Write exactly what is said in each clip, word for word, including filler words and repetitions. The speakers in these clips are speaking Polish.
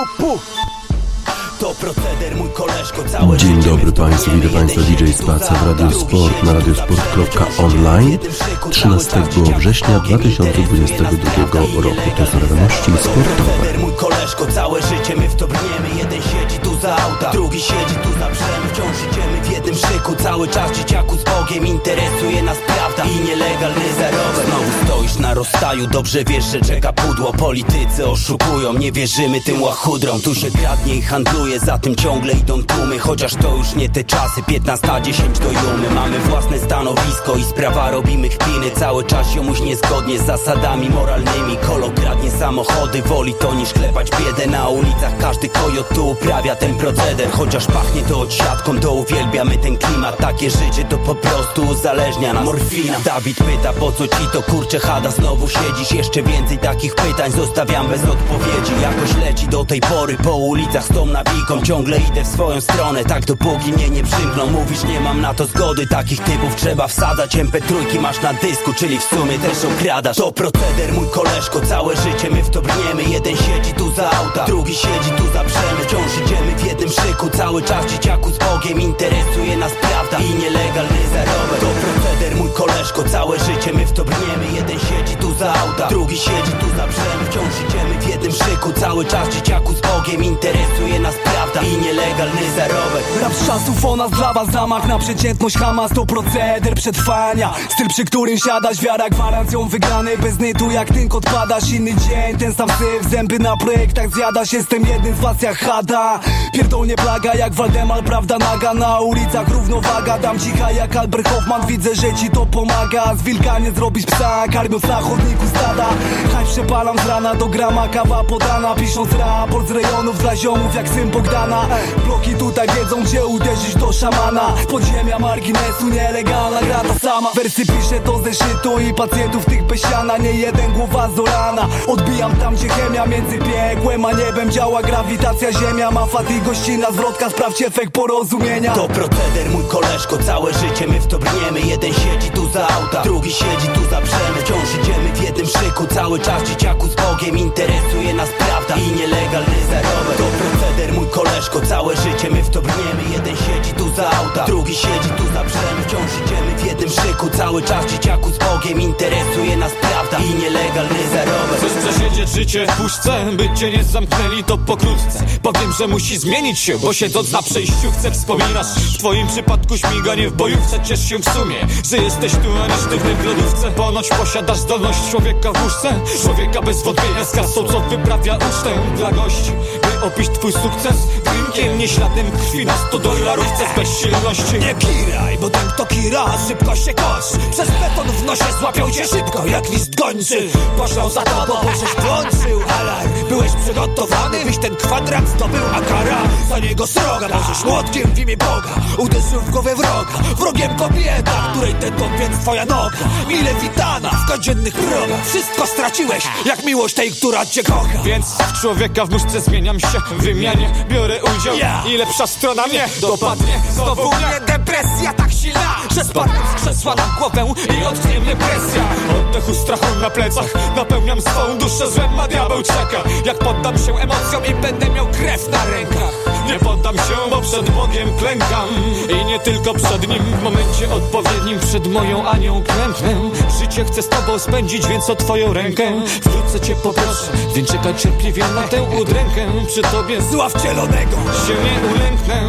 To proceder, mój koleżko, całe Dzień dobry Państwu, witam Państwa D J Spaca w Radio Sport na radiosport kropka online trzynastego września dwa tysiące dwudziestego drugiego roku. To są wiadomości sportowe. Mój koleżko, całe życie my w to brniemy. Jeden siedzi tu za auta, drugi siedzi tu za brzem. Wciąż idziemy w jednym szyku, cały czas dzieciaku z Bogiem. Interesuje nas prawda i nielegalny zarobek. Znowu stoisz na rozstaju, dobrze wiesz, że czeka pudło. Politycy oszukują, nie wierzymy tym łachudrom. Tu się kradnie i handluje, za tym ciągle idą tłumy. Chociaż to już nie te czasy, piętnaście na dziesięć do jumy. Mamy własne stanowisko i sprawa robimy kpiny. Cały czas jomuś niezgodnie z zasadami moralnymi. Kolo kradnie samochody, woli to niż klepać biedę. Na ulicach każdy kojot tu uprawia ten proceder. Chociaż pachnie to odsiadką, to uwielbiamy ten klimat. Takie życie to po prostu uzależnia nas morfina. Dawid pyta, po co ci to kurcze chada? Znowu siedzisz, jeszcze więcej takich pytań zostawiam bez odpowiedzi. Jakoś leci do tej pory po ulicach z tą nawiką. Ciągle idę w swoją stronę, tak dopóki mnie nie przymkną. Mówisz, nie mam na to zgody, takich typów trzeba wsadzać. em pe trzy masz na dysku, czyli w sumie też okradasz. To proceder, mój koleżko, całe życie my w to brniemy. Jeden siedzi tu za auta, drugi siedzi tu za brzemy. Wciąż idziemy w jednym szyku, cały czas dzieciaku z Bogiem. Interesuje nas prawda i nielegalny zarobek. To proceder, mój koleżko, całe życie my w to brniemy. Jeden siedzi tu za auta, drugi siedzi tu za brzemy. Wciąż idziemy w jednym szyku, cały czas dzieciaku z Bogiem. Interesuje nas prawda i nielegalny zarobek. Rap z czasów o nas dla was, zamach na przeciętność Hamas to proceder przetrwania. Styl, przy którym siadasz, wiara gwarancją wygranej. Bez nytu jak tynk odpadasz, inny dzień, ten sam syf. Zęby na projektach zjadasz, jestem jednym z was jak Hada. Pierdolnie plaga jak Waldemar, prawda naga. Na ulicach równowaga, dam cicha jak Albert Hoffman. Widzę, że ci to pomaga. Z wilka nie zrobić psa, karmiąc na chodniku stada. Haj przepalam z rana do grama, kawa podana. Pisząc raport z rejonów dla ziomów jak syn Bogdana. Bloki tutaj wiedzą, gdzie uderzyć do szamana. Z podziemia marginesu, nielegalna gra ta sama. Wersy piszę to zeszytu i pacjentów tych bez siana. Nie jeden głowa Zorana. Odbijam tam, gdzie chemia między piekłem a niebem działa grawitacja ziemia. Ma fat i gościna zwrotka, sprawdź efekt porozumienia. To proceder, mój koleżko, całe życie my w to brniemy. Jeden siedzi tu za auta, drugi siedzi tu za brzemy. Wciąż idziemy w jednym szyku, cały czas dzieciaku z Bogiem. Interesuje nas prawda i nielegalny zarobek. To proceder, mój koleżko, całe życie my w to brniemy. Jeden siedzi tu za auta, drugi siedzi tu za brzemy. Wciąż idziemy w jednym szyku, cały czas dzieciaku z Bogiem. Interesuje nas prawda i nielegalny zarobek. Chcesz przesiedzieć życie w puszce, by cię nie zamknęli to pokrótce. Powiem, że musi zmienić się, bo siedząc na przejściówce wspominasz w twoim przypadku śmiganie w bojówce. Ciesz się w sumie, że jesteś tu, a nie sztywny w lodówce. Ponoć posiadasz zdolność człowieka w łóżce, człowieka bez wątpienia z kasą, co wyprawia ucztę dla gości. By opić twój sukces drinkiem, nie śladem krwi na sto dolarówce z bezsilności. Nie kiraj, bo ten kto kira, szybko się kosz. Przez beton w nosie złapią cię szybko jak list gończy. Poszlą za tobą, bo żeś włączył alarm. Byłeś przygotowany, byś ten kwadrat zdobył, a kara za niego sroga. Możesz młotkiem w imię Boga uderzył w głowę wroga. Wrogiem kobieta, której ten więc twoja noga. Mile witana w codziennych progach. Wszystko straciłeś, jak miłość tej, która cię kocha. Więc w człowieka w muszce zmieniam się, w wymianie biorę udział ja. I lepsza strona mnie dopadnie. Znowu mnie depresja tak silna, że spadnę z krzesła na głowę i odknie mnie presja. Oddechu strachu na plecach napełniam swą duszę złem, a diabeł czeka. Jak poddam się emocjom i będę miał krew na rękach. Nie poddam się, bo przed Bogiem klękam. I nie tylko przed Nim, w momencie odpowiednim przed moją Anią klęknę. Życie chcę z tobą spędzić, więc o twoją rękę wkrótce cię poproszę, więc czekaj cierpliwie na tę udrękę. Przy tobie zła wcielonego się nie ulęknę,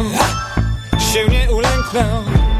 się nie ulęknę.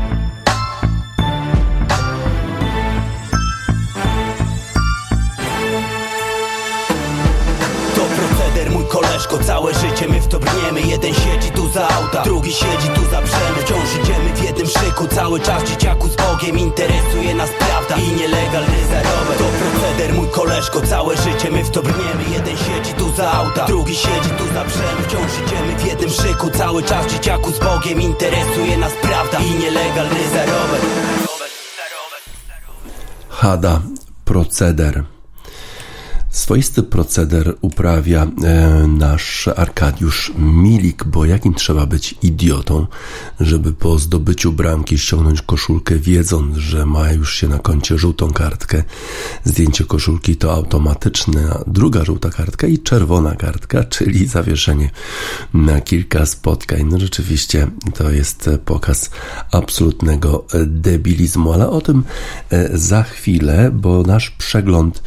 Mój koleżko, całe życie my w to brniemy. Jeden siedzi tu za auta, drugi siedzi tu za brzemy. Wciąż idziemy w jednym szyku, cały czas dzieciaku z Bogiem. Interesuje nas prawda i nielegalny zarobek. To proceder, mój koleżko, całe życie my w to brniemy. Jeden siedzi tu za auta, drugi siedzi tu za brzemy. Wciąż idziemy w jednym szyku, cały czas dzieciaku z Bogiem. Interesuje nas prawda i nielegalny zarobek. Hada, proceder. Swoisty proceder uprawia e, nasz Arkadiusz Milik, bo jakim trzeba być idiotą, żeby po zdobyciu bramki ściągnąć koszulkę, wiedząc, że ma już się na koncie żółtą kartkę. Zdjęcie koszulki to automatyczna druga żółta kartka i czerwona kartka, czyli zawieszenie na kilka spotkań. No rzeczywiście to jest pokaz absolutnego debilizmu, ale o tym e, za chwilę, bo nasz przegląd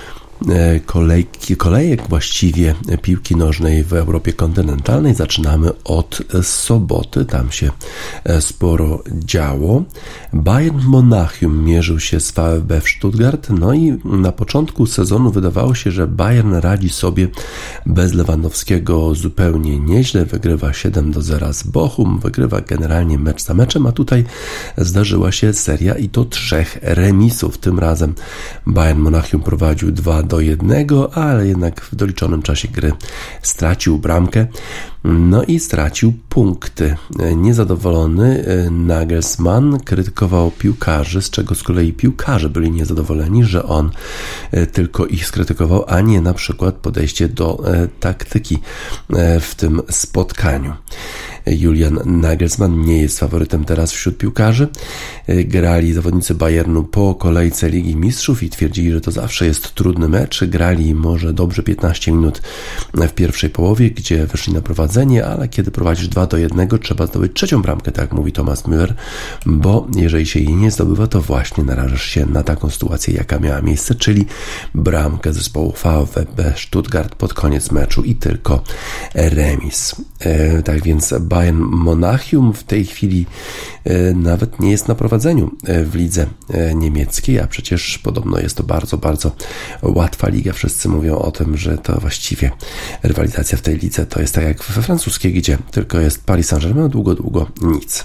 Kolejki, kolejek właściwie piłki nożnej w Europie kontynentalnej zaczynamy od soboty, tam się sporo działo. Bayern Monachium mierzył się z V F B w Stuttgart, no i na początku sezonu wydawało się, że Bayern radzi sobie bez Lewandowskiego zupełnie nieźle, wygrywa siedem do zera z Bochum, wygrywa generalnie mecz za meczem, a tutaj zdarzyła się seria i to trzech remisów. Tym razem Bayern Monachium prowadził dwa do jednego, ale jednak w doliczonym czasie gry stracił bramkę, no i stracił punkty. Niezadowolony Nagelsmann krytykował piłkarzy, z czego z kolei piłkarze byli niezadowoleni, że on tylko ich skrytykował, a nie na przykład podejście do taktyki w tym spotkaniu. Julian Nagelsmann nie jest faworytem teraz wśród piłkarzy. Grali zawodnicy Bayernu po kolejce Ligi Mistrzów i twierdzili, że to zawsze jest trudny mecz. Grali może dobrze piętnaście minut w pierwszej połowie, gdzie weszli na prowadzenie, ale kiedy prowadzisz dwa do jednego, trzeba zdobyć trzecią bramkę, tak mówi Thomas Müller, bo jeżeli się jej nie zdobywa, to właśnie narażasz się na taką sytuację, jaka miała miejsce, czyli bramkę zespołu V F B Stuttgart pod koniec meczu i tylko remis. E, tak więc Bayern Monachium w tej chwili e, nawet nie jest na prowadzeniu w lidze e, niemieckiej, a przecież podobno jest to bardzo, bardzo łatwa liga. Wszyscy mówią o tym, że to właściwie rywalizacja w tej lidze to jest tak jak we francuskiej, gdzie tylko jest Paris Saint-Germain, długo, długo nic.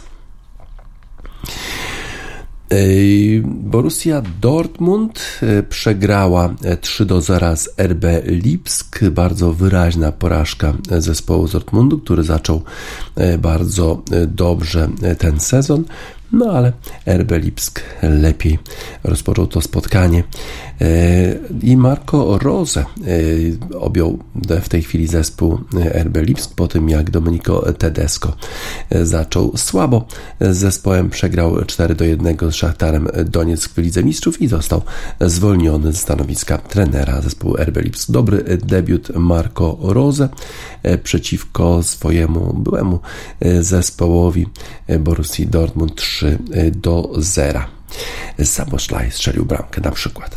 Borussia Dortmund przegrała trzy do zera z R B Lipsk. Bardzo wyraźna porażka zespołu z Dortmundu, który zaczął bardzo dobrze ten sezon. No ale R B Lipsk lepiej rozpoczął to spotkanie i Marco Rose objął w tej chwili zespół R B Lipsk po tym, jak Domenico Tedesco zaczął słabo z zespołem, przegrał cztery do jednego z Szachtarem Donieck w Lidze Mistrzów i został zwolniony ze stanowiska trenera zespołu R B Lipsk. Dobry debiut Marco Rose przeciwko swojemu byłemu zespołowi Borussii Dortmund trzy do zera. Szoboszlai strzelił bramkę na przykład.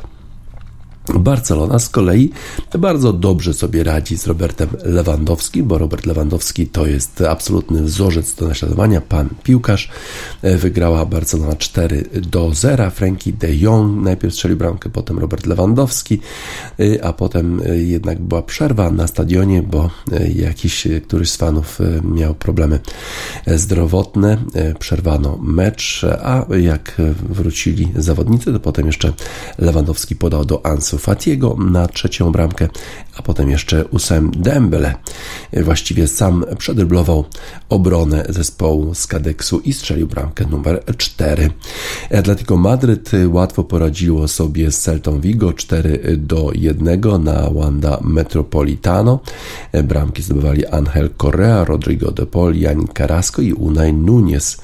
Barcelona z kolei bardzo dobrze sobie radzi z Robertem Lewandowskim, bo Robert Lewandowski to jest absolutny wzorzec do naśladowania, pan piłkarz. Wygrała Barcelona cztery do zera. Frenkie de Jong najpierw strzelił bramkę, potem Robert Lewandowski, a potem jednak była przerwa na stadionie, bo jakiś któryś z fanów miał problemy zdrowotne. Przerwano mecz, a jak wrócili zawodnicy, to potem jeszcze Lewandowski podał do Ansu Fatiego na trzecią bramkę, a potem jeszcze Usam Dembele właściwie sam przedryblował obronę zespołu z Kadeksu i strzelił bramkę numer cztery. Atletico Madryt łatwo poradziło sobie z Celtą Vigo cztery do jednego na Wanda Metropolitano. Bramki zdobywali Angel Correa, Rodrigo de Paul, Jan Carrasco i Unai Núñez,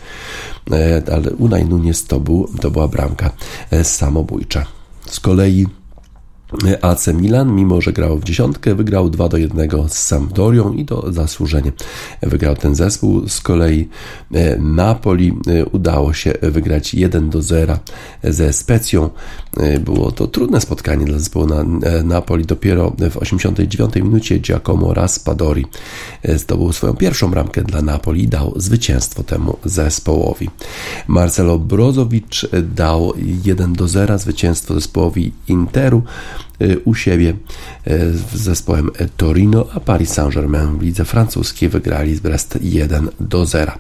ale Unai Núñez to, był, to była bramka samobójcza. Z kolei A C Milan, mimo że grał w dziesiątkę, wygrał dwa do jednego z Sampdorią i to zasłużenie wygrał ten zespół. Z kolei Napoli udało się wygrać jeden do zera ze Specją. Było to trudne spotkanie dla zespołu na Napoli. Dopiero w osiemdziesiątej dziewiątej minucie Giacomo Raspadori zdobył swoją pierwszą bramkę dla Napoli i dał zwycięstwo temu zespołowi. Marcelo Brozovic dał jeden do zera zwycięstwo zespołowi Interu u siebie z zespołem Torino, a Paris Saint-Germain w lidze francuskiej wygrali z Brest jeden do zera.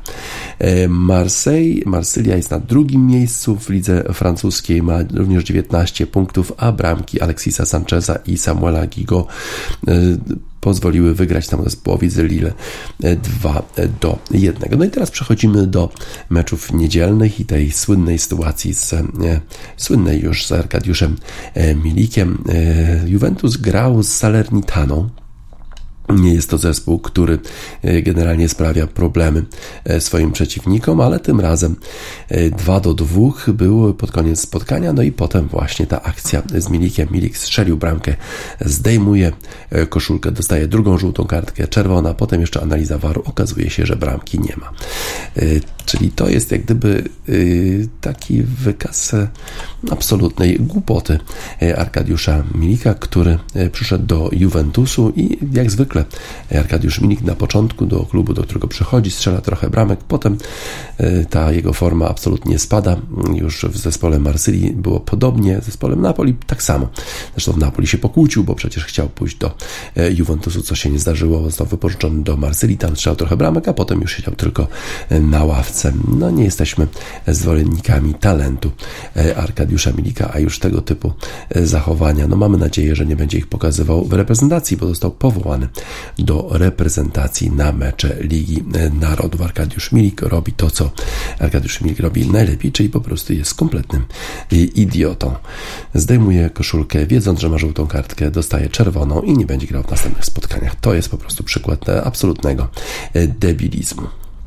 Marseille, Marsylia jest na drugim miejscu w lidze francuskiej, ma również dziewiętnaście punktów, a bramki Alexisa Sancheza i Samuela Gigo pozwoliły wygrać temu zespołowi z Lille dwa do jednego. No i teraz przechodzimy do meczów niedzielnych i tej słynnej sytuacji z, słynnej już z Arkadiuszem Milikiem. Juventus grał z Salernitaną. Nie jest to zespół, który generalnie sprawia problemy swoim przeciwnikom, ale tym razem dwa do dwóch był pod koniec spotkania, no i potem właśnie ta akcja z Milikiem. Milik strzelił bramkę, zdejmuje koszulkę, dostaje drugą żółtą kartkę, czerwona, potem jeszcze analiza V A R-u, okazuje się, że bramki nie ma. Czyli to jest jak gdyby taki wykaz absolutnej głupoty Arkadiusza Milika, który przyszedł do Juventusu i jak zwykle Arkadiusz Milik na początku do klubu, do którego przychodzi, strzela trochę bramek, potem ta jego forma absolutnie spada. Już w zespole Marsylii było podobnie, w zespole Napoli tak samo. Zresztą w Napoli się pokłócił, bo przecież chciał pójść do Juventusu, co się nie zdarzyło. Został wypożyczony do Marsylii, tam strzelał trochę bramek, a potem już siedział tylko na ławce. No nie jesteśmy zwolennikami talentu Arkadiusza Milika, a już tego typu zachowania, no mamy nadzieję, że nie będzie ich pokazywał w reprezentacji, bo został powołany do reprezentacji na mecze Ligi Narodów. Arkadiusz Milik robi to, co Arkadiusz Milik robi najlepiej, czyli po prostu jest kompletnym idiotą. Zdejmuje koszulkę, wiedząc, że ma żółtą kartkę, dostaje czerwoną i nie będzie grał w następnych spotkaniach. To jest po prostu przykład absolutnego debilizmu.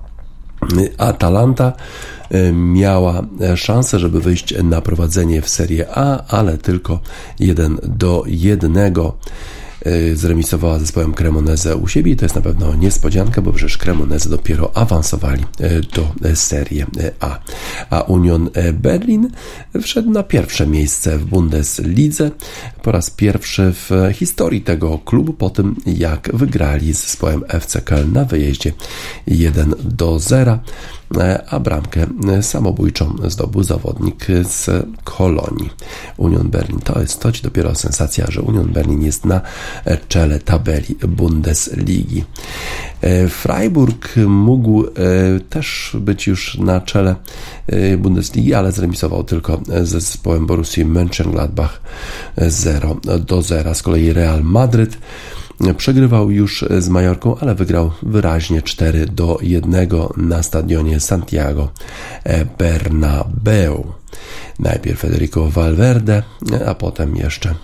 Atalanta miała szansę, żeby wyjść na prowadzenie w Serie A, ale tylko jeden do jednego zremisowała z zespołem Cremonese u siebie i to jest na pewno niespodzianka, bo przecież Cremonese dopiero awansowali do Serie A. A Union Berlin wszedł na pierwsze miejsce w Bundeslidze po raz pierwszy w historii tego klubu po tym, jak wygrali z zespołem F C Köln na wyjeździe jeden do zera, a bramkę samobójczą zdobył zawodnik z Kolonii. Union Berlin to jest to ci dopiero sensacja, że Union Berlin jest na czele tabeli Bundesligi. Freiburg mógł też być już na czele Bundesligi, ale zremisował tylko z zespołem Borussii Mönchengladbach zero do zera. Z kolei Real Madryt przegrywał już z Majorką, ale wygrał wyraźnie cztery do jednego na stadionie Santiago Bernabeu. Najpierw Federico Valverde, a potem jeszcze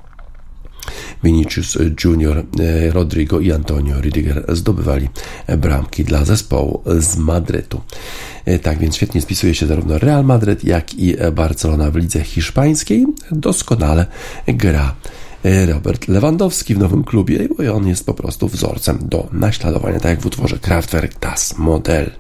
Vinicius Junior, Rodrigo i Antonio Rüdiger zdobywali bramki dla zespołu z Madrytu. Tak więc świetnie spisuje się zarówno Real Madryt, jak i Barcelona w lidze hiszpańskiej. Doskonale gra Robert Lewandowski w nowym klubie, bo on jest po prostu wzorcem do naśladowania, tak jak w utworze Kraftwerk Das Modell.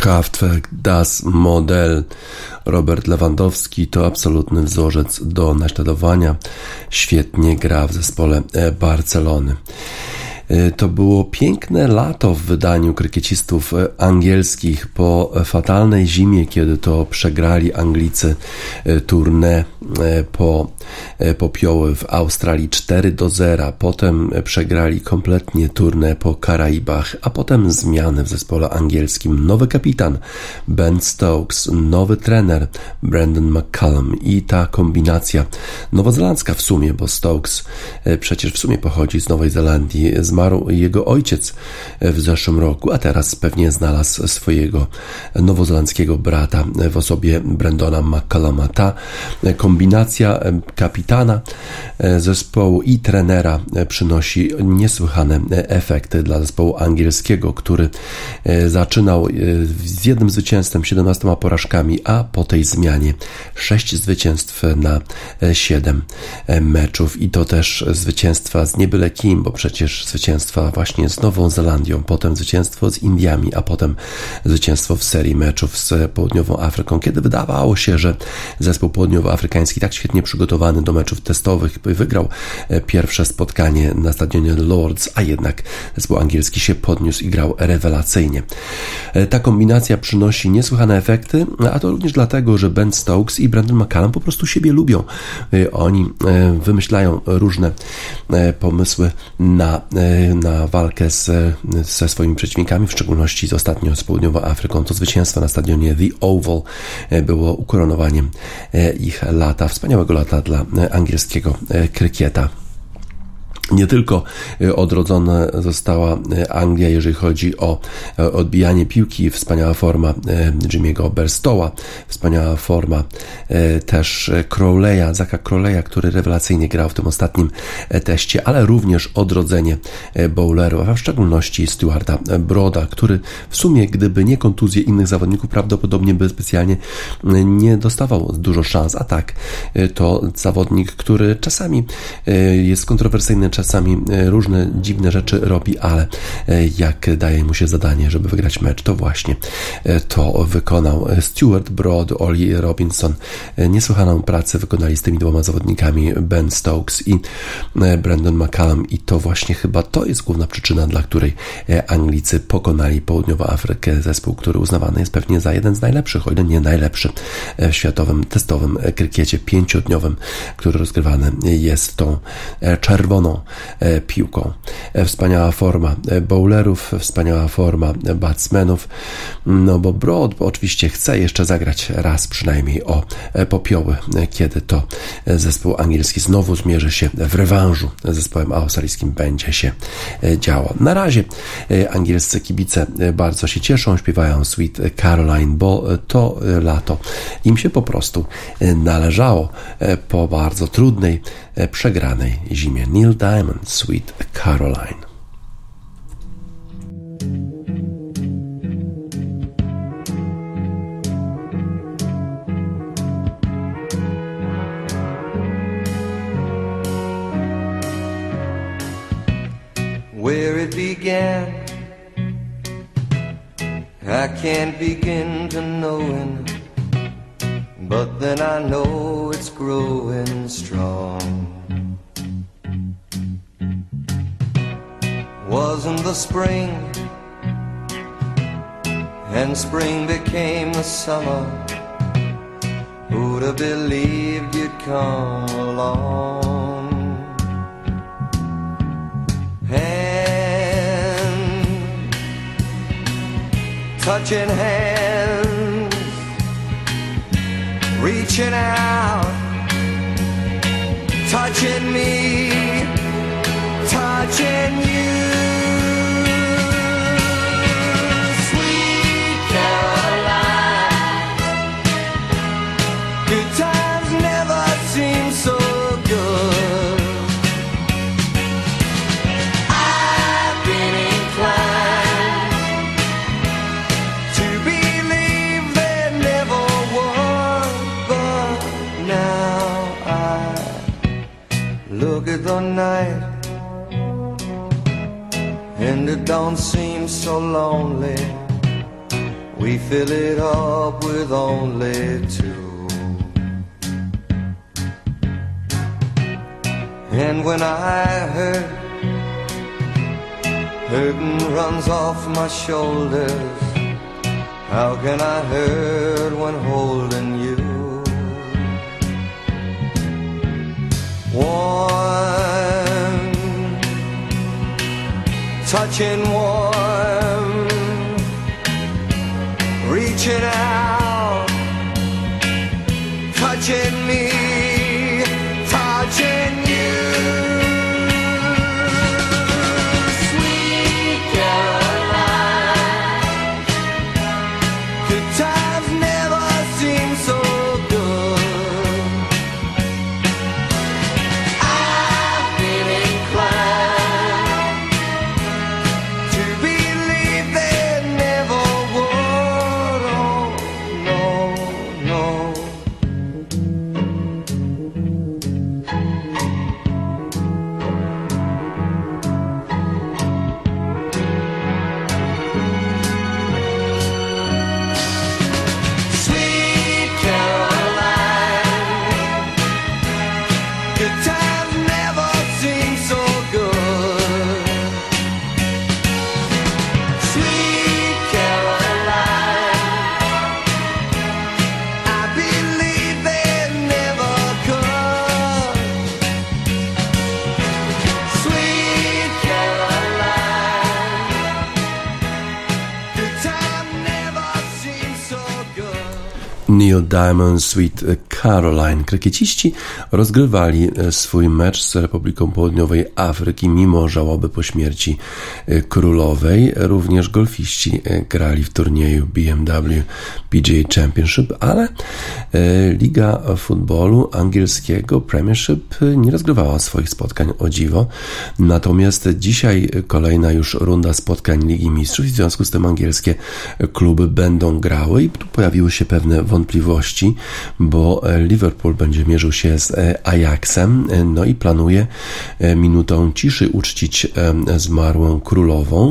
Kraftwerk, Das Modell. Robert Lewandowski to absolutny wzorzec do naśladowania. Świetnie gra w zespole Barcelony. To było piękne lato w wydaniu krykiecistów angielskich po fatalnej zimie, kiedy to przegrali Anglicy tournée po popioły w Australii cztery do zera, potem przegrali kompletnie tournée po Karaibach, a potem zmiany w zespole angielskim. Nowy kapitan Ben Stokes, nowy trener Brendan McCullum i ta kombinacja nowozelandzka w sumie, bo Stokes przecież w sumie pochodzi z Nowej Zelandii. Zmarł jego ojciec w zeszłym roku, a teraz pewnie znalazł swojego nowozelandzkiego brata w osobie Brendana McCulluma. Ta kombinacja kapitana zespołu i trenera przynosi niesłychane efekty dla zespołu angielskiego, który zaczynał z jednym zwycięstwem, siedemnastoma porażkami, a po tej zmianie sześć zwycięstw na siedem meczów i to też zwycięstwa z niebyle kim, bo przecież zwycięstwa właśnie z Nową Zelandią, potem zwycięstwo z Indiami, a potem zwycięstwo w serii meczów z Południową Afryką, kiedy wydawało się, że zespół południowoafrykański tak świetnie przygotowany do meczów testowych wygrał pierwsze spotkanie na stadionie Lords, a jednak zespół angielski się podniósł i grał rewelacyjnie. Ta kombinacja przynosi niesłychane efekty, a to również dlatego, że Ben Stokes i Brendan McCullum po prostu siebie lubią. Oni wymyślają różne pomysły na, na walkę z, ze swoimi przeciwnikami, w szczególności z ostatnio z Południową Afryką. To zwycięstwo na stadionie The Oval było ukoronowaniem ich lata, wspaniałego lata dla angielskiego krykieta. Nie tylko odrodzona została Anglia, jeżeli chodzi o odbijanie piłki, wspaniała forma Jimmy'ego Bairstowa, wspaniała forma też Crowley'a, Zacka Crowley'a, który rewelacyjnie grał w tym ostatnim teście, ale również odrodzenie bowlerów, a w szczególności Stuarta Brooda, który w sumie, gdyby nie kontuzje innych zawodników, prawdopodobnie by specjalnie nie dostawał dużo szans, a tak to zawodnik, który czasami jest kontrowersyjny, czasami różne dziwne rzeczy robi, ale jak daje mu się zadanie, żeby wygrać mecz, to właśnie to wykonał Stuart Broad, Ollie Robinson. Niesłychaną pracę wykonali z tymi dwoma zawodnikami, Ben Stokes i Brendan McCullum, i to właśnie chyba to jest główna przyczyna, dla której Anglicy pokonali Południową Afrykę, zespół, który uznawany jest pewnie za jeden z najlepszych, o ile nie najlepszy w światowym testowym krykiecie pięciodniowym, który rozgrywany jest tą czerwoną piłką. Wspaniała forma bowlerów, wspaniała forma batsmenów, no bo Broad oczywiście chce jeszcze zagrać raz przynajmniej o popioły, kiedy to zespół angielski znowu zmierzy się w rewanżu z zespołem australijskim, będzie się działo. Na razie angielscy kibice bardzo się cieszą, śpiewają Sweet Caroline, bo to lato im się po prostu należało po bardzo trudnej, przegranej zimie. Neil Diamond, Sweet Caroline. Where it began, I can't begin to knowing, but then I know it's growing strong. Wasn't the spring, and spring became the summer. Who'd have believed you'd come along? Hand, touching hands, reaching out, touching me, touching you. Sweet Caroline, good times never seem so good. I've been inclined to believe there never was, but now I look at the night and it don't seem so lonely we fill it up with only two. And when I hurt, hurting runs off my shoulders. How can I hurt when holding you? Warm, touching warm, reaching out, touching me, touching you. Sweet Caroline, good times never seem so good. I've been inclined to believe they never would. Oh, no, no. Sweet Caroline, good times never seem so good. Sweet Caroline, I believe they never could. Sweet Caroline, good times never seem so good. Neil Diamond, Sweet Caroline. Krykieciści rozgrywali swój mecz z Republiką Południowej Afryki mimo żałoby po śmierci królowej. Również golfiści grali w turnieju B M W P G A Championship, ale Liga Futbolu Angielskiego Premiership nie rozgrywała swoich spotkań, o dziwo. Natomiast dzisiaj kolejna już runda spotkań Ligi Mistrzów i w związku z tym angielskie kluby będą grały i tu pojawiły się pewne wątpliwości, bo Liverpool będzie mierzył się z Ajaxem, no i planuje minutą ciszy uczcić zmarłą królową,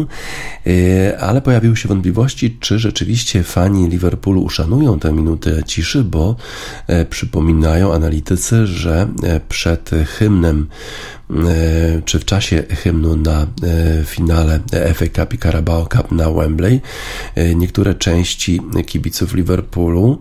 ale pojawiły się wątpliwości, czy rzeczywiście fani Liverpoolu uszanują tę minutę ciszy, bo przypominają analitycy, że przed hymnem czy w czasie hymnu na finale F A Cup i Carabao Cup na Wembley niektóre części kibiców Liverpoolu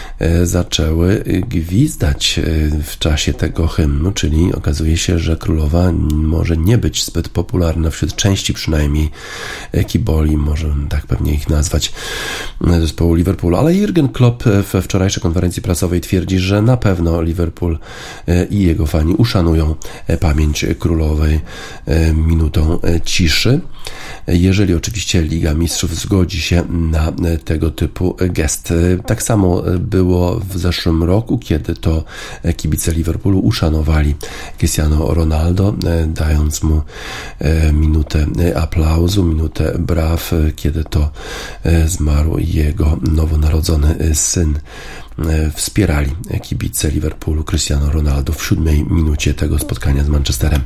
zaczęły gwizdać w czasie tego hymnu, czyli okazuje się, że królowa może nie być zbyt popularna wśród części przynajmniej kiboli, może tak pewnie ich nazwać, zespołu Liverpoolu, ale Jurgen Klopp we wczorajszej konferencji prasowej twierdzi, że na pewno Liverpool i jego fani uszanują pamięć królowej minutą ciszy, jeżeli oczywiście Liga Mistrzów zgodzi się na tego typu gest. Tak samo było w zeszłym roku, kiedy to kibice Liverpoolu uszanowali Cristiano Ronaldo, dając mu minutę aplauzu, minutę braw, kiedy to zmarł jego nowonarodzony syn. Wspierali kibice Liverpoolu Cristiano Ronaldo w siódmej minucie tego spotkania z Manchesterem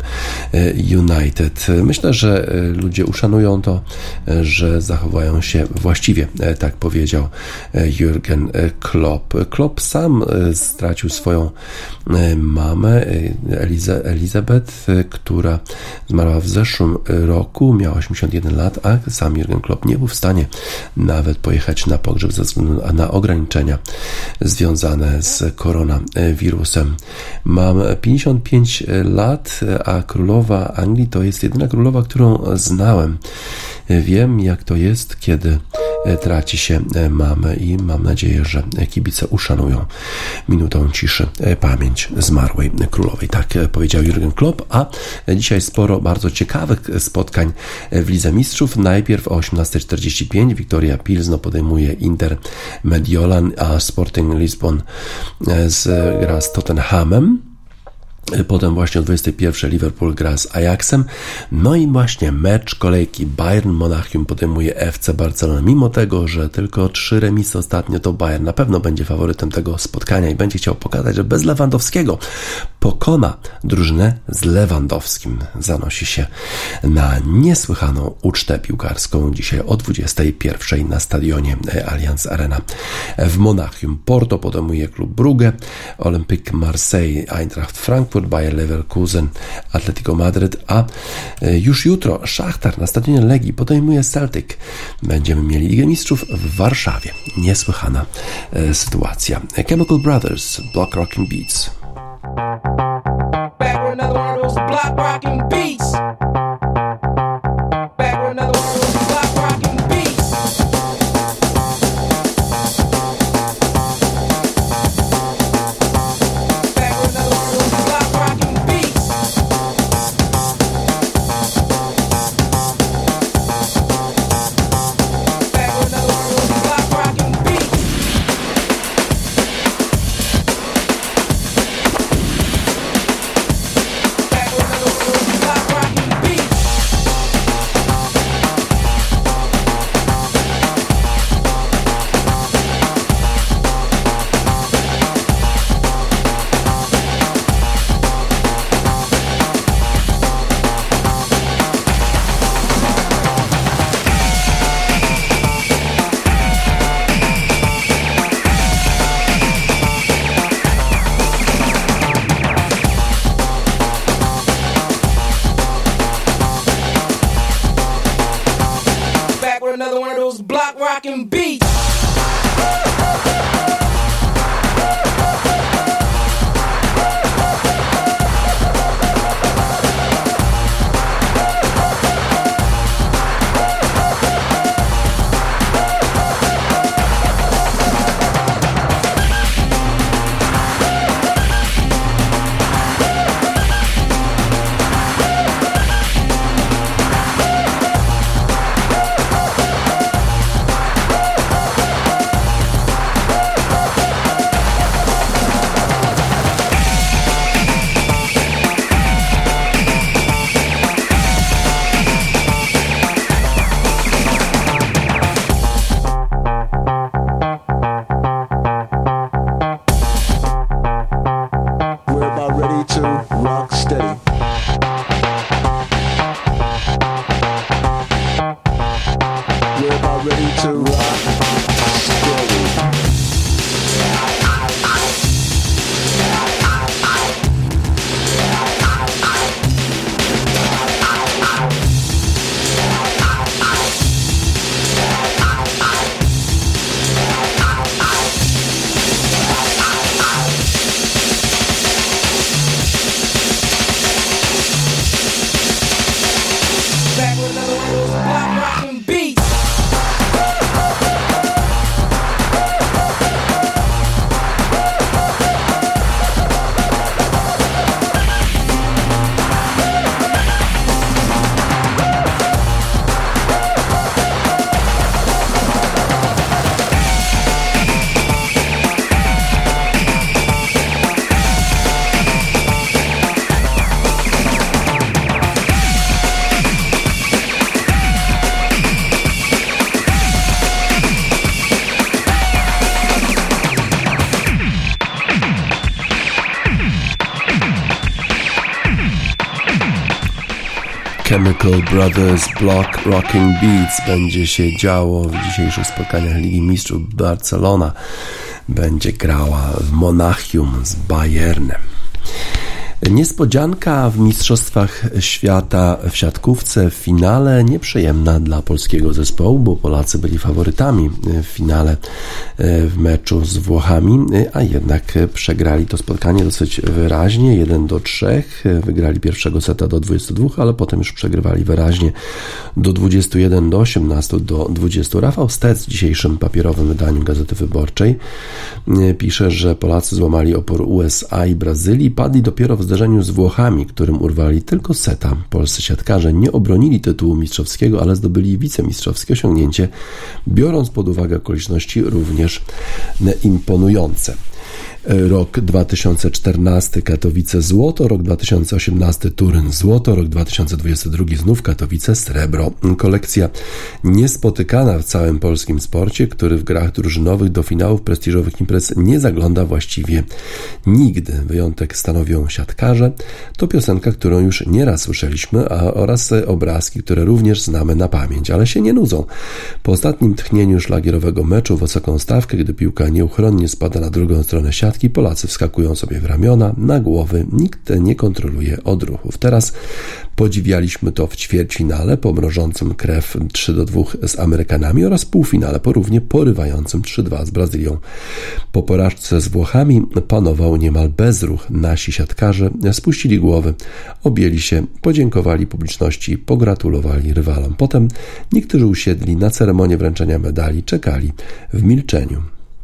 United. Myślę, że ludzie uszanują to, że zachowają się właściwie, tak powiedział Jurgen Klopp. Klopp sam stracił swoją mamę, Eliza, Elizabeth, która zmarła w zeszłym roku, miała osiemdziesiąt jeden lat, a sam Jurgen Klopp nie był w stanie nawet pojechać na pogrzeb ze względu na ograniczenia związane z koronawirusem. Mam pięćdziesiąt pięć lat, a królowa Anglii to jest jedyna królowa, którą znałem. Wiem, jak to jest, kiedy traci się mamę i mam nadzieję, że kibice uszanują minutą ciszy pamięć zmarłej królowej. Tak powiedział Jurgen Klopp, a dzisiaj sporo bardzo ciekawych spotkań w Lidze Mistrzów. Najpierw o osiemnasta czterdzieści pięć Victoria Pilsno podejmuje Inter Mediolan, a Sporting Lizbon gra z Tottenhamem. Potem właśnie o dwudziestej pierwszej Liverpool gra z Ajaxem. No i właśnie mecz kolejki Bayern Monachium podejmuje F C Barcelona. Mimo tego, że tylko trzy remisy ostatnio, to Bayern na pewno będzie faworytem tego spotkania i będzie chciał pokazać, że bez Lewandowskiego pokona drużynę z Lewandowskim. Zanosi się na niesłychaną ucztę piłkarską dzisiaj o dwudziestej pierwszej na stadionie Allianz Arena w Monachium. Porto podejmuje klub Brugge, Olympique Marseille, Eintracht Frankfurt, Bayer Leverkusen, Atletico Madryt, a już jutro Szachtar na stadionie Legii podejmuje Celtic. Będziemy mieli Ligę Mistrzów w Warszawie. Niesłychana e, sytuacja. Chemical Brothers, Block Rockin' Beats. Back with another one of those block rockin' beats. Back with another one of those block rockin' beats. Back with another one of those block rockin' beats. Back with another one of those block rockin' beats. Another one of those block rockin' beats. Chemical Brothers Block Rocking Beats będzie się działo w dzisiejszych spotkaniach Ligi Mistrzów. Barcelona będzie grała w Monachium z Bayernem. Niespodzianka w Mistrzostwach Świata w siatkówce w finale, nieprzyjemna dla polskiego zespołu, bo Polacy byli faworytami w finale w meczu z Włochami, a jednak przegrali to spotkanie dosyć wyraźnie, jeden do trzech, wygrali pierwszego seta do dwudziestu dwóch, ale potem już przegrywali wyraźnie do dwudziestu jeden do osiemnastu do dwudziestu. Rafał Stec w dzisiejszym papierowym wydaniu Gazety Wyborczej pisze, że Polacy złamali opór U S A i Brazylii, padli dopiero w zderzeniu z Włochami, którym urwali tylko seta. Polscy siatkarze nie obronili tytułu mistrzowskiego, ale zdobyli wicemistrzowskie osiągnięcie, biorąc pod uwagę okoliczności również imponujące. Rok dwa tysiące czternasty Katowice złoto, rok dwa tysiące osiemnasty Turyn złoto, rok dwa tysiące dwudziesty drugi znów Katowice srebro. Kolekcja niespotykana w całym polskim sporcie, który w grach drużynowych do finałów prestiżowych imprez nie zagląda właściwie nigdy. Wyjątek stanowią siatkarze. To piosenka, którą już nieraz słyszeliśmy, a oraz obrazki, które również znamy na pamięć, ale się nie nudzą. Po ostatnim tchnieniu szlagierowego meczu w wysoką stawkę, gdy piłka nieuchronnie spada na drugą stronę siatki, Polacy wskakują sobie w ramiona, na głowy, nikt nie kontroluje odruchów. Teraz podziwialiśmy to w ćwierćfinale po mrożącym krew trzy do dwóch z Amerykanami oraz półfinale po równie porywającym trzy dwa z Brazylią. Po porażce z Włochami panował niemal bezruch. Nasi siatkarze spuścili głowy, objęli się, podziękowali publiczności, pogratulowali rywalom. Potem niektórzy usiedli na ceremonię wręczenia medali, czekali w milczeniu.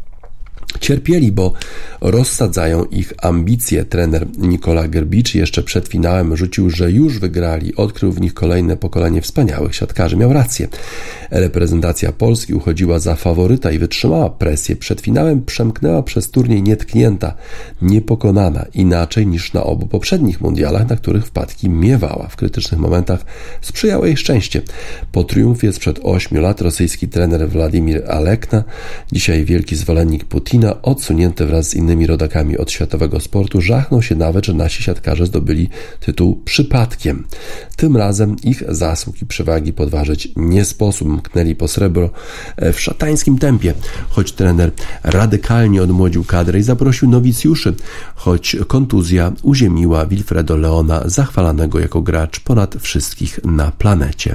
Cierpieli, bo rozsadzają ich ambicje. Trener Nikola Gerbicz jeszcze przed finałem rzucił, że już wygrali. Odkrył w nich kolejne pokolenie wspaniałych siatkarzy. Miał rację. Reprezentacja Polski uchodziła za faworyta i wytrzymała presję. Przed finałem przemknęła przez turniej nietknięta, niepokonana, inaczej niż na obu poprzednich mundialach, na których wpadki miewała. W krytycznych momentach sprzyjało jej szczęście. Po triumfie sprzed ośmiu lat rosyjski trener Władimir Alekna, dzisiaj wielki zwolennik Putina, odsunięty wraz z innymi rodakami od światowego sportu, żachnął się nawet, że nasi siatkarze zdobyli tytuł przypadkiem. Tym razem ich zasług i przewagi podważyć nie sposób. Mknęli po srebro w szatańskim tempie, choć trener radykalnie odmłodził kadrę i zaprosił nowicjuszy, choć kontuzja uziemiła Wilfredo Leona, zachwalanego jako gracz ponad wszystkich na planecie.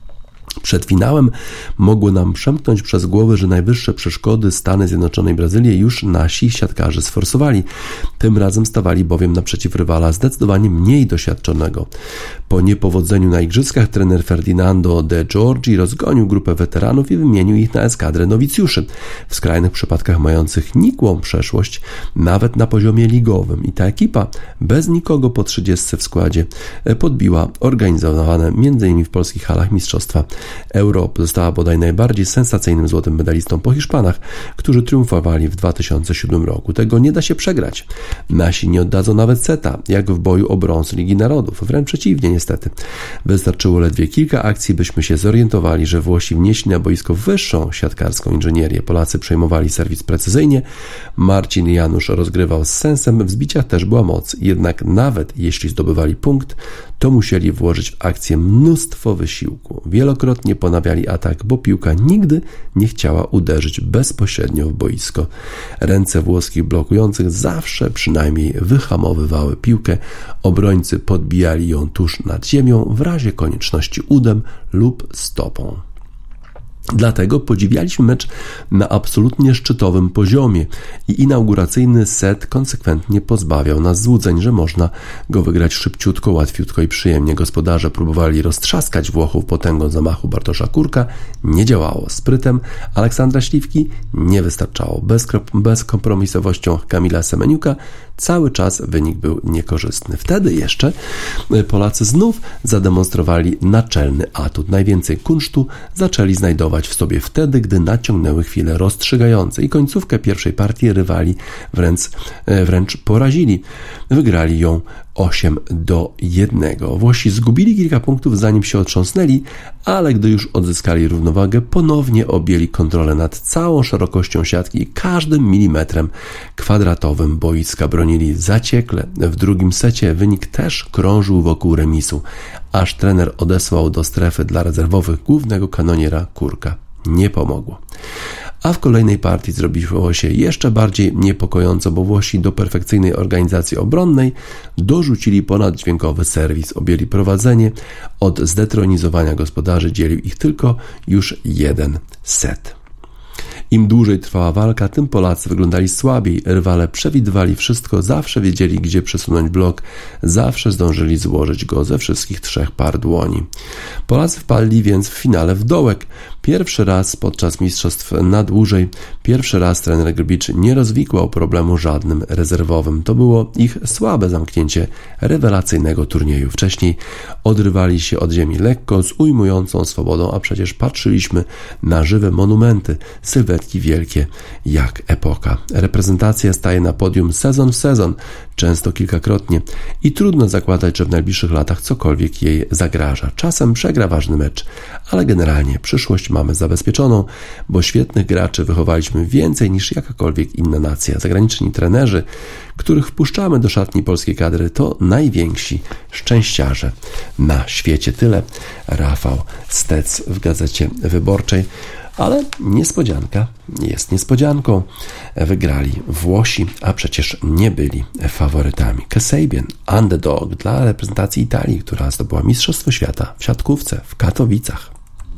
Przed finałem mogło nam przemknąć przez głowę, że najwyższe przeszkody Stany Zjednoczone i Brazylię już nasi siatkarze sforsowali. Tym razem stawali bowiem naprzeciw rywala zdecydowanie mniej doświadczonego. Po niepowodzeniu na igrzyskach trener Ferdinando de Giorgi rozgonił grupę weteranów i wymienił ich na eskadrę nowicjuszy, w skrajnych przypadkach mających nikłą przeszłość nawet na poziomie ligowym. I ta ekipa bez nikogo po trzydziestce w składzie podbiła organizowane między innymi w polskich halach mistrzostwa Europy. Została bodaj najbardziej sensacyjnym złotym medalistą po Hiszpanach, którzy triumfowali w dwa tysiące siódmym roku. Tego nie da się przegrać. Nasi nie oddadzą nawet seta, jak w boju o brąz Ligi Narodów. Wręcz przeciwnie, niestety. Wystarczyło ledwie kilka akcji, byśmy się zorientowali, że Włosi wnieśli na boisko wyższą siatkarską inżynierię. Polacy przejmowali serwis precyzyjnie. Marcin Janusz rozgrywał z sensem. W zbiciach też była moc. Jednak nawet jeśli zdobywali punkt, to musieli włożyć w akcję mnóstwo wysiłku. Wielokrotnie ponawiali atak, bo piłka nigdy nie chciała uderzyć bezpośrednio w boisko. Ręce włoskich blokujących zawsze przynajmniej wyhamowywały piłkę. Obrońcy podbijali ją tuż nad ziemią, w razie konieczności udem lub stopą. Dlatego podziwialiśmy mecz na absolutnie szczytowym poziomie i inauguracyjny set konsekwentnie pozbawiał nas złudzeń, że można go wygrać szybciutko, łatwiutko i przyjemnie. Gospodarze próbowali roztrzaskać Włochów potęgą zamachu Bartosza Kurka. Nie działało. Sprytem Aleksandra Śliwki nie wystarczało. Bezkompromisowością Kamila Semeniuka cały czas wynik był niekorzystny. Wtedy jeszcze Polacy znów zademonstrowali naczelny atut. Najwięcej kunsztu zaczęli znajdować w sobie wtedy, gdy naciągnęły chwile rozstrzygające i końcówkę pierwszej partii rywali wręcz, wręcz porazili. Wygrali ją osiem do jednego. Włosi zgubili kilka punktów, zanim się otrząsnęli, ale gdy już odzyskali równowagę, ponownie objęli kontrolę nad całą szerokością siatki i każdym milimetrem kwadratowym boiska. Bronili zaciekle. W drugim secie wynik też krążył wokół remisu, aż trener odesłał do strefy dla rezerwowych głównego kanoniera Kurka. Nie pomogło. A w kolejnej partii zrobiło się jeszcze bardziej niepokojąco, bo Włosi do perfekcyjnej organizacji obronnej dorzucili ponaddźwiękowy serwis, objęli prowadzenie. Od zdetronizowania gospodarzy dzielił ich tylko już jeden set. Im dłużej trwała walka, tym Polacy wyglądali słabiej. Rywale przewidywali wszystko, zawsze wiedzieli, gdzie przesunąć blok, zawsze zdążyli złożyć go ze wszystkich trzech par dłoni. Polacy wpadli więc w finale w dołek. Pierwszy raz podczas mistrzostw na dłużej, pierwszy raz trener Gerbicz nie rozwikłał problemu żadnym rezerwowym. To było ich słabe zamknięcie rewelacyjnego turnieju. Wcześniej odrywali się od ziemi lekko, z ujmującą swobodą, a przecież patrzyliśmy na żywe monumenty. Sylwestra sylwetki wielkie jak epoka. Reprezentacja staje na podium sezon w sezon, często kilkakrotnie i trudno zakładać, że w najbliższych latach cokolwiek jej zagraża. Czasem przegra ważny mecz, ale generalnie przyszłość mamy zabezpieczoną, bo świetnych graczy wychowaliśmy więcej niż jakakolwiek inna nacja. Zagraniczni trenerzy, których wpuszczamy do szatni polskiej kadry, to najwięksi szczęściarze na świecie. Tyle Rafał Stec w Gazecie Wyborczej. Ale niespodzianka jest niespodzianką. Wygrali Włosi, a przecież nie byli faworytami. Kasabian, underdog dla reprezentacji Italii, która zdobyła Mistrzostwo Świata w siatkówce w Katowicach.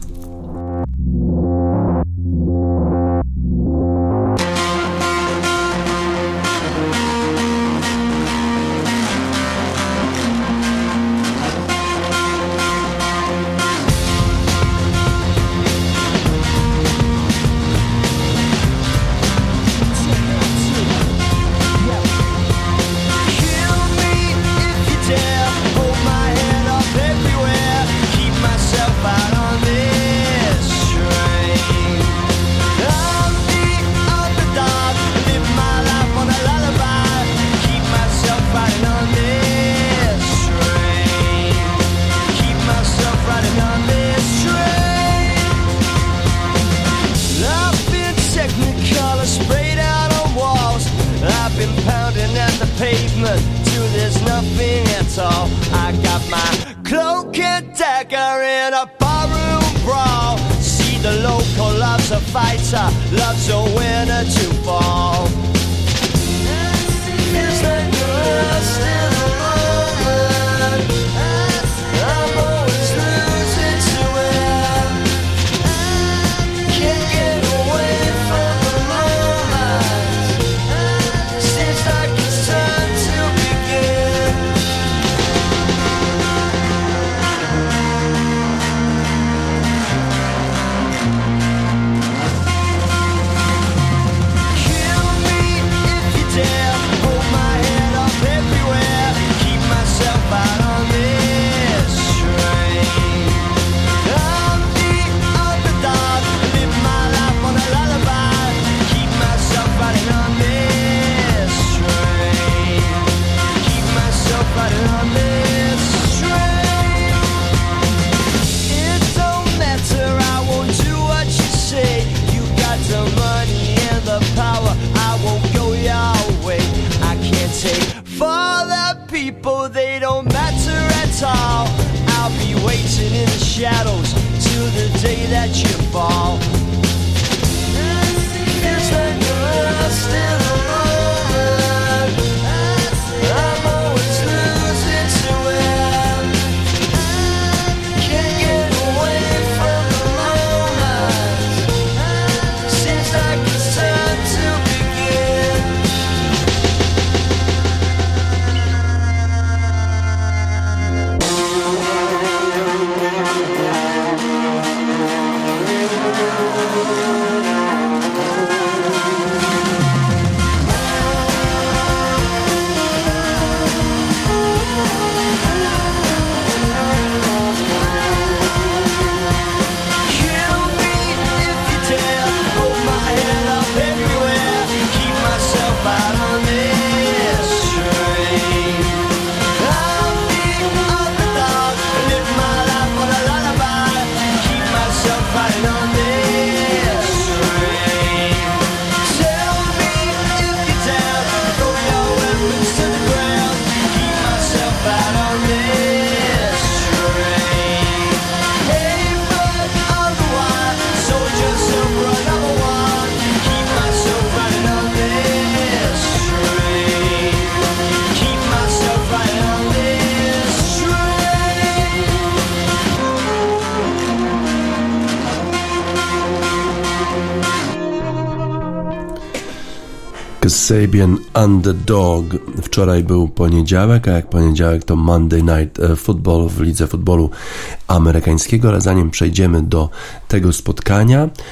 Kasabian Underdog. Wczoraj był poniedziałek, a jak poniedziałek to Monday Night Football w lidze futbolu amerykańskiego, ale zanim przejdziemy do tego spotkania,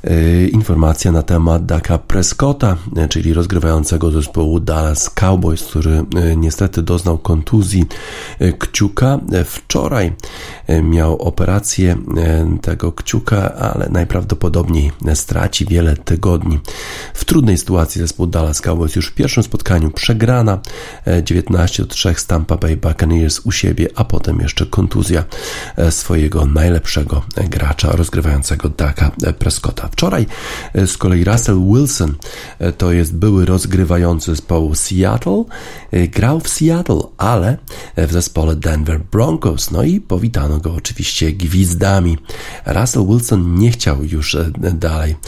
Informacja na temat Daka Prescotta, czyli rozgrywającego zespołu Dallas Cowboys, który niestety doznał kontuzji kciuka. Wczoraj miał operację tego kciuka, ale najprawdopodobniej straci wiele tygodni. W trudnej sytuacji zespół Dallas Cowboys już w pierwszym spotkaniu przegrana dziewiętnaście do trzech z Tampa Bay Buccaneers u siebie, a potem jeszcze kontuzja swojego najlepszego gracza rozgrywającego Daka Prescotta. Wczoraj z kolei Russell Wilson, to jest były rozgrywający zespołu Seattle, grał w Seattle, ale w zespole Denver Broncos, no i powitano go oczywiście gwizdami. Russell Wilson nie chciał już dalej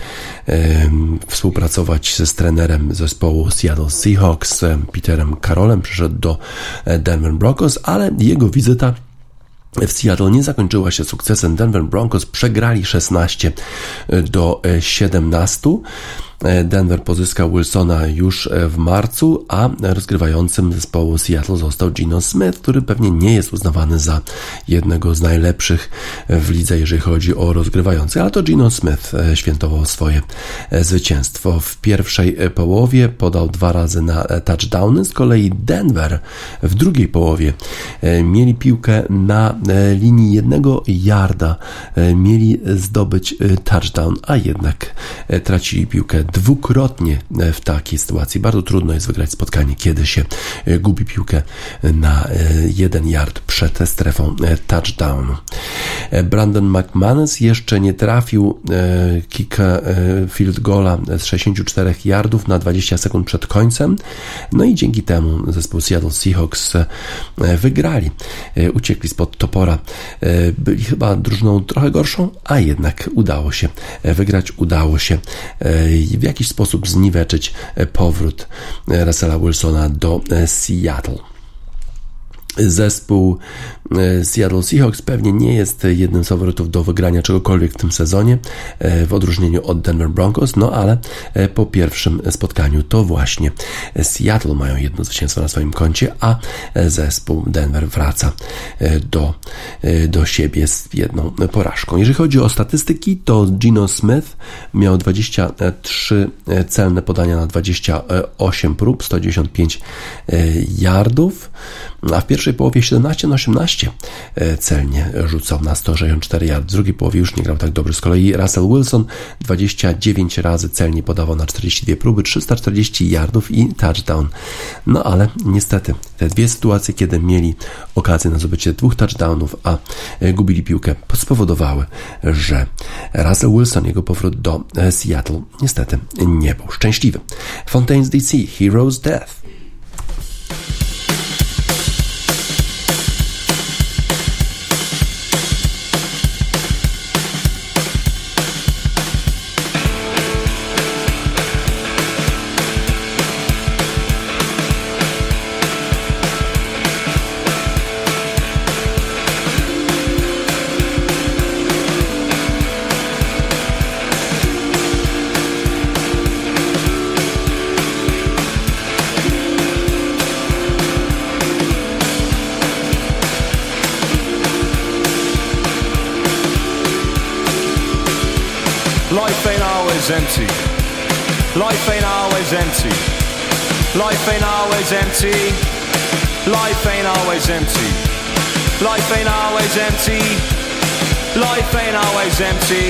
um, współpracować z trenerem zespołu Seattle Seahawks, Peterem Carrollem, przyszedł do Denver Broncos, ale jego wizyta w Seattle nie zakończyła się sukcesem. Denver Broncos przegrali szesnaście do siedemnastu. Denver pozyskał Wilsona już w marcu, a rozgrywającym zespołu Seattle został Geno Smith, który pewnie nie jest uznawany za jednego z najlepszych w lidze, jeżeli chodzi o rozgrywających, ale to Geno Smith świętował swoje zwycięstwo. W pierwszej połowie podał dwa razy na touchdowny, z kolei Denver w drugiej połowie mieli piłkę na linii jednego yarda, mieli zdobyć touchdown, a jednak tracili piłkę dwukrotnie w takiej sytuacji. Bardzo trudno jest wygrać spotkanie, kiedy się gubi piłkę na jeden yard przed strefą touchdownu. Brandon McManus jeszcze nie trafił kick field goala z sześćdziesięciu czterech yardów na dwadzieścia sekund przed końcem. No i dzięki temu zespół Seattle Seahawks wygrali. Uciekli spod topora. Byli chyba drużyną trochę gorszą, a jednak udało się wygrać, udało się w jakiś sposób zniweczyć powrót Russella Wilsona do Seattle. Zespół Seattle Seahawks pewnie nie jest jednym z faworytów do wygrania czegokolwiek w tym sezonie, w odróżnieniu od Denver Broncos, no ale po pierwszym spotkaniu to właśnie Seattle mają jedno zwycięstwo na swoim koncie, a zespół Denver wraca do, do siebie z jedną porażką. Jeżeli chodzi o statystyki, to Geno Smith miał dwadzieścia trzy celne podania na dwadzieścia osiem prób, sto dziewięćdziesiąt pięć yardów, a w pierwszej połowie siedemnaście na osiemnaście celnie rzucał na sto sześćdziesiąt cztery yardy. W drugiej połowie już nie grał tak dobrze. Z kolei Russell Wilson dwadzieścia dziewięć razy celnie podawał na czterdzieści dwie próby, trzysta czterdzieści yardów i touchdown. No ale niestety te dwie sytuacje, kiedy mieli okazję na zdobycie dwóch touchdownów, a gubili piłkę, spowodowały, że Russell Wilson, jego powrót do Seattle niestety nie był szczęśliwy. Fontaine's D C, Hero's Death. Life ain't always empty. Life ain't always empty. Life ain't always empty. Life ain't always empty. Life ain't always empty. Life ain't always empty.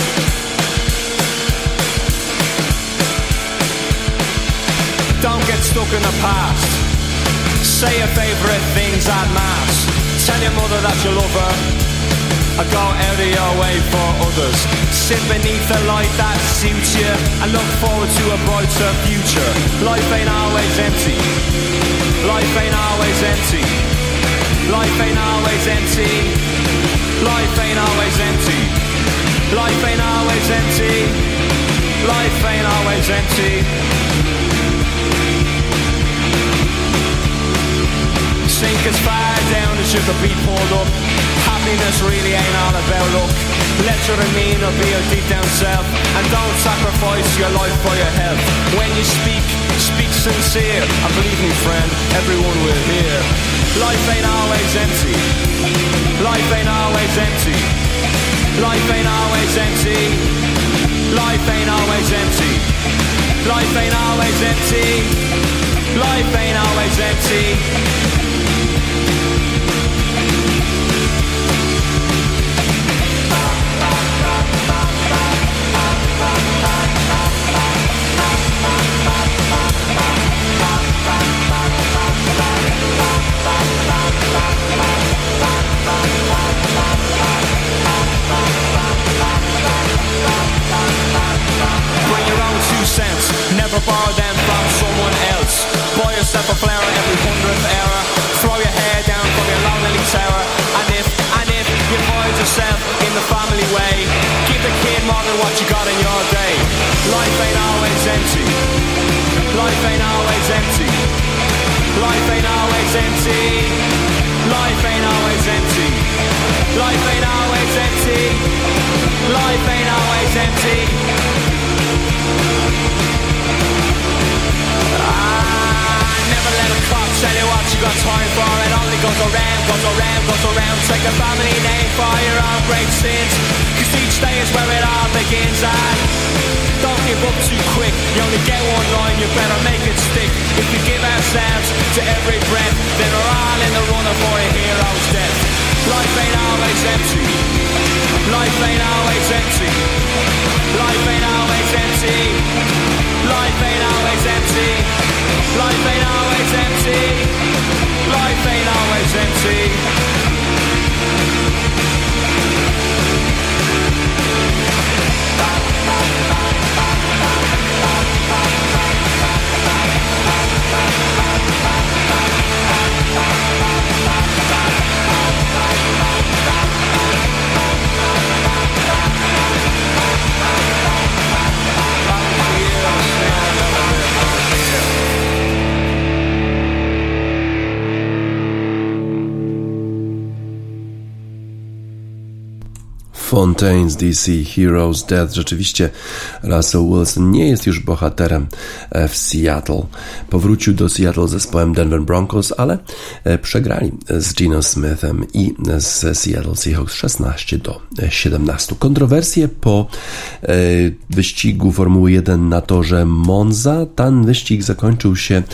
Don't get stuck in the past. Say your favourite things at mass. Tell your mother that you love her. I go out of your way for others. Sit beneath the light that suits you and look forward to a brighter future. Life ain't always empty. Life ain't always empty. Life ain't always empty. Life ain't always empty. Life ain't always empty. Life ain't always empty. Sink as far down as you could be pulled up. Happiness really ain't all about luck. Let your demeanor be your deep down self, and don't sacrifice your life for your health. When you speak, speak sincere, and believe me friend, everyone will hear. Life ain't always empty. Life ain't always empty. Life ain't always empty. Life ain't always empty. Life ain't always empty. Life ain't always empty. Cents. Never borrow them from someone else. Buy yourself a flower every hundredth hour. Throw your hair down from your lonely tower. And if, and if you find yourself in the family way, give the kid more than what you got in your day. Life ain't always empty. Life ain't always empty. Life ain't always empty. Life ain't always empty. Life ain't always empty. Life ain't always empty. Ah, never let a cop tell you what you got time for. It only goes around, goes around, goes around. Take a family name for your own great sins, cause each day is where it all begins. And don't give up too quick. You only get one line, you better make it stick. If we give ourselves to every breath, then we're all in the running for a hero's death. Life ain't always empty. Life ain't always empty. Life ain't always empty. Life ain't always empty. Life ain't always empty. Life ain't always empty. Fontaines D C, Heroes Death. Rzeczywiście Russell Wilson nie jest już bohaterem w Seattle. Powrócił do Seattle z zespołem Denver Broncos, ale przegrali z Geno Smithem i z Seattle Seahawks szesnaście do siedemnastu. Kontrowersje po wyścigu Formuły jeden na torze Monza. Ten wyścig zakończył się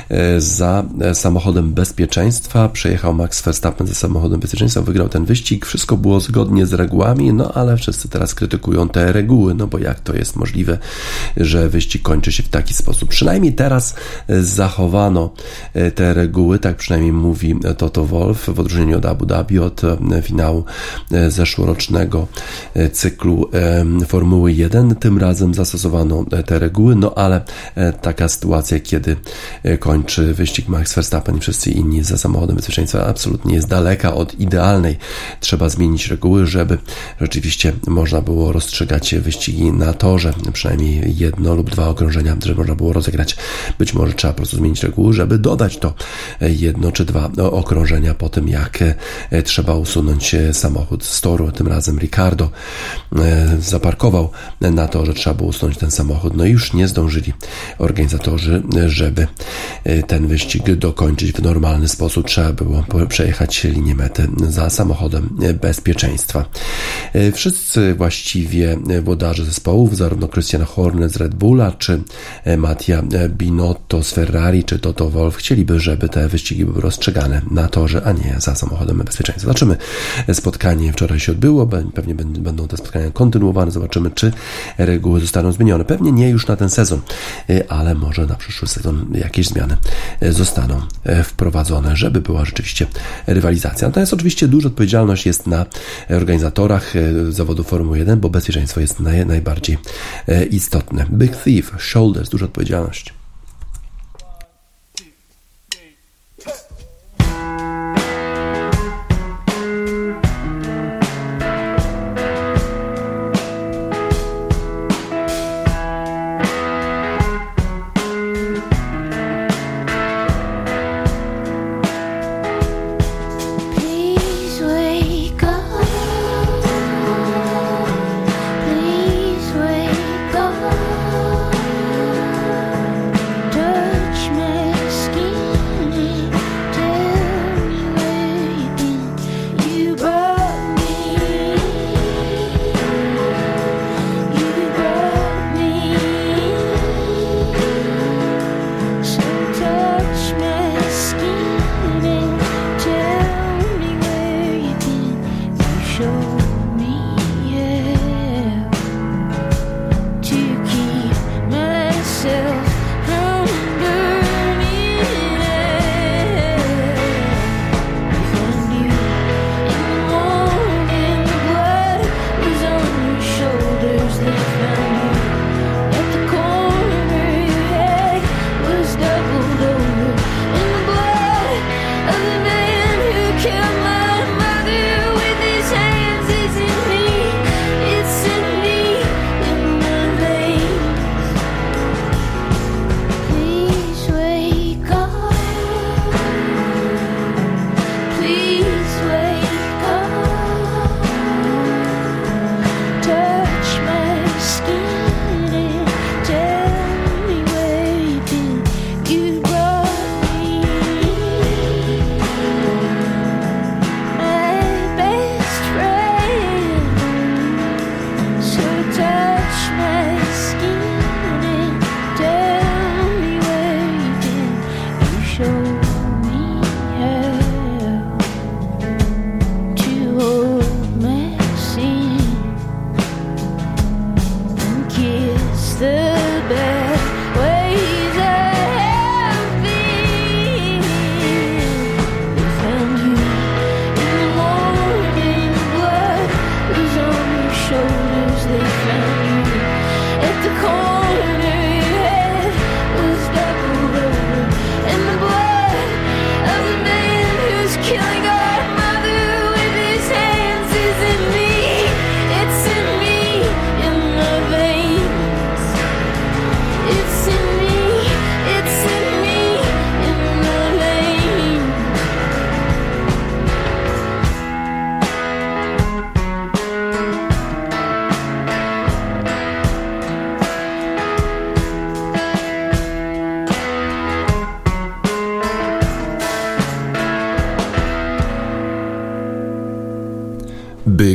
za samochodem bezpieczeństwa. Przejechał Max Verstappen ze samochodem bezpieczeństwa, wygrał ten wyścig. Wszystko było zgodnie z regułami, no ale wszyscy teraz krytykują te reguły, no bo jak to jest możliwe, że wyścig kończy się w taki sposób. Przynajmniej teraz zachowano te reguły, tak przynajmniej mówi Toto Wolff, w odróżnieniu od Abu Dhabi, od finału zeszłorocznego cyklu Formuły jeden. Tym razem zastosowano te reguły, no ale taka sytuacja, kiedy kończy wyścig Max Verstappen i wszyscy inni za samochodem bezpieczeństwa, absolutnie jest daleka od idealnej. Trzeba zmienić reguły, żeby rzeczywiście można było rozstrzygać wyścigi na torze, przynajmniej jedno lub dwa okrążenia, żeby można było rozegrać. Być może trzeba po prostu zmienić reguły, żeby dodać to jedno czy dwa okrążenia po tym, jak trzeba usunąć samochód z toru. Tym razem Ricardo zaparkował na to, że trzeba było usunąć ten samochód. No i już nie zdążyli organizatorzy, żeby ten wyścig dokończyć w normalny sposób. Trzeba było przejechać linię mety za samochodem bezpieczeństwa. Wszyscy właściwie włodarze zespołów, zarówno Christian Horner z Red Bulla, czy Mattia Binotto z Ferrari, czy Toto Wolff, chcieliby, żeby te wyścigi były rozstrzygane na torze, a nie za samochodem bezpieczeństwa. Zobaczymy. Spotkanie wczoraj się odbyło, pewnie będą te spotkania kontynuowane. Zobaczymy, czy reguły zostaną zmienione. Pewnie nie już na ten sezon, ale może na przyszły sezon jakieś zmiany zostaną wprowadzone, żeby była rzeczywiście rywalizacja. Natomiast oczywiście duża odpowiedzialność jest na organizatorach zawodu Formuły jeden, bo bezpieczeństwo jest naj, najbardziej istotne. Big Thief, Shoulders, duża odpowiedzialność. Please wake up.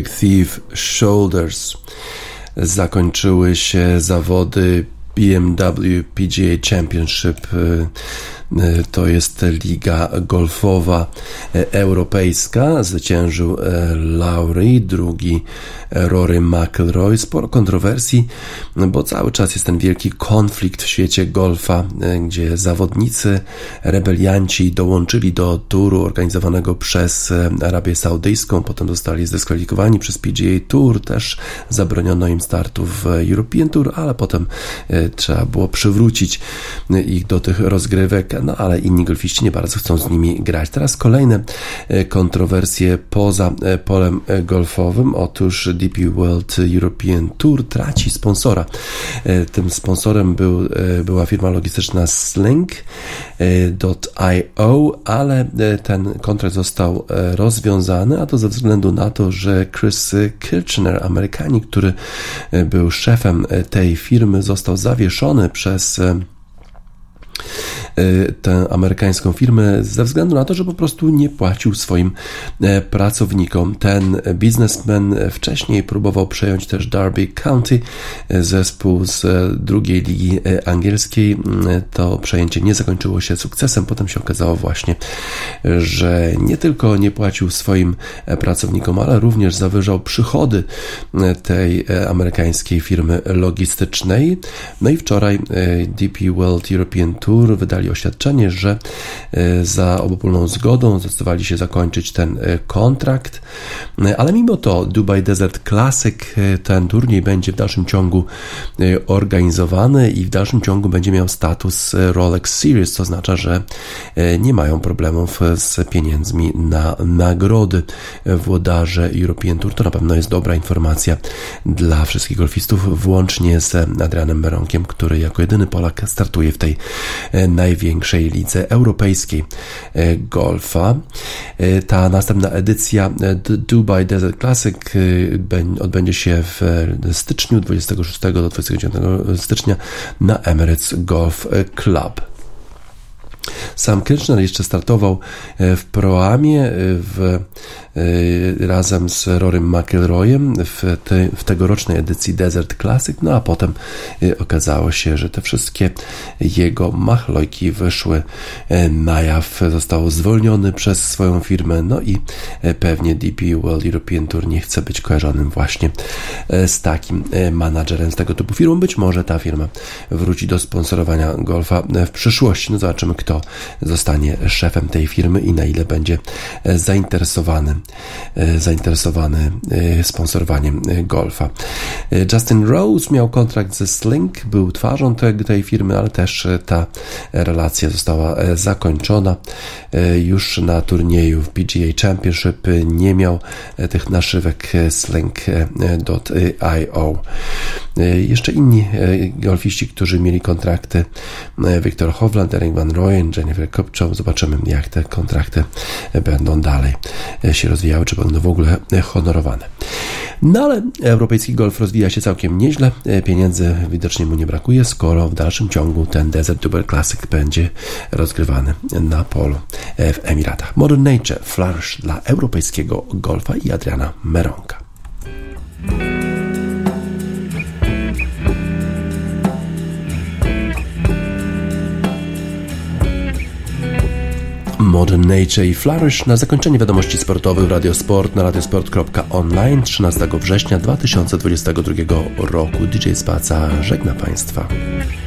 Big Thief Shoulders. Zakończyły się zawody B M W P G A Championship. To jest liga golfowa europejska. Zwyciężył Lowry, drugi Rory McIlroy. Sporo kontrowersji, bo cały czas jest ten wielki konflikt w świecie golfa, gdzie zawodnicy rebelianci dołączyli do turu organizowanego przez Arabię Saudyjską, potem zostali zdyskwalifikowani przez P G A Tour, też zabroniono im startu w European Tour, ale potem trzeba było przywrócić ich do tych rozgrywek, no ale inni golfiści nie bardzo chcą z nimi grać. Teraz kolejne kontrowersje poza polem golfowym. Otóż D P World European Tour traci sponsora. Tym sponsorem był, była firma logistyczna Slink dot i o, ale ten kontrakt został rozwiązany, a to ze względu na to, że Chris Kirchner, Amerykanin, który był szefem tej firmy, został zawieszony przez tę amerykańską firmę ze względu na to, że po prostu nie płacił swoim pracownikom. Ten biznesmen wcześniej próbował przejąć też Derby County, zespół z drugiej ligi angielskiej. To przejęcie nie zakończyło się sukcesem. Potem się okazało właśnie, że nie tylko nie płacił swoim pracownikom, ale również zawyżał przychody tej amerykańskiej firmy logistycznej. No i wczoraj D P World European Tour wydali oświadczenie, że za obopólną zgodą zdecydowali się zakończyć ten kontrakt, ale mimo to Dubai Desert Classic, ten turniej będzie w dalszym ciągu organizowany i w dalszym ciągu będzie miał status Rolex Series, co oznacza, że nie mają problemów z pieniędzmi na nagrody włodarze European Tour. To na pewno jest dobra informacja dla wszystkich golfistów, włącznie z Adrianem Meronkiem, który jako jedyny Polak startuje w tej największej lidze europejskiej golfa. Ta następna edycja Dubai Desert Classic odbędzie się w styczniu, dwudziestego szóstego do dwudziestego dziewiątego stycznia na Emirates Golf Club. Sam Kirchner jeszcze startował w Pro-Amie w, razem z Rorym McIlroyem w, te, w tegorocznej edycji Desert Classic, no a potem okazało się, że te wszystkie jego machlojki wyszły na jaw. Został zwolniony przez swoją firmę, no i pewnie D P World European Tour nie chce być kojarzonym właśnie z takim menadżerem, z tego typu firmą. Być może ta firma wróci do sponsorowania golfa w przyszłości. No zobaczymy, kto zostanie szefem tej firmy i na ile będzie zainteresowany zainteresowany sponsorowaniem golfa. Justin Rose miał kontrakt ze Slink, był twarzą tej, tej firmy, ale też ta relacja została zakończona. Już na turnieju w P G A Championship nie miał tych naszywek Slink dot i o. Jeszcze inni golfiści, którzy mieli kontrakty: Viktor Hovland, Erik Van Rooyen, Jennifer Kupcho. Zobaczymy, jak te kontrakty będą dalej się rozwijały, czy będą w ogóle honorowane. No ale europejski golf rozwija się całkiem nieźle. Pieniędzy widocznie mu nie brakuje, skoro w dalszym ciągu ten Desert Dubai Classic będzie rozgrywany na polu w Emiratach. Modern Nature, Flourish dla europejskiego golfa i Adriana Meronka. Modern Nature i Flourish. Na zakończenie wiadomości sportowych Radio Sport na radiosport kropka online trzynastego września dwa tysiące dwudziestego drugiego roku. D J Spaca żegna Państwa.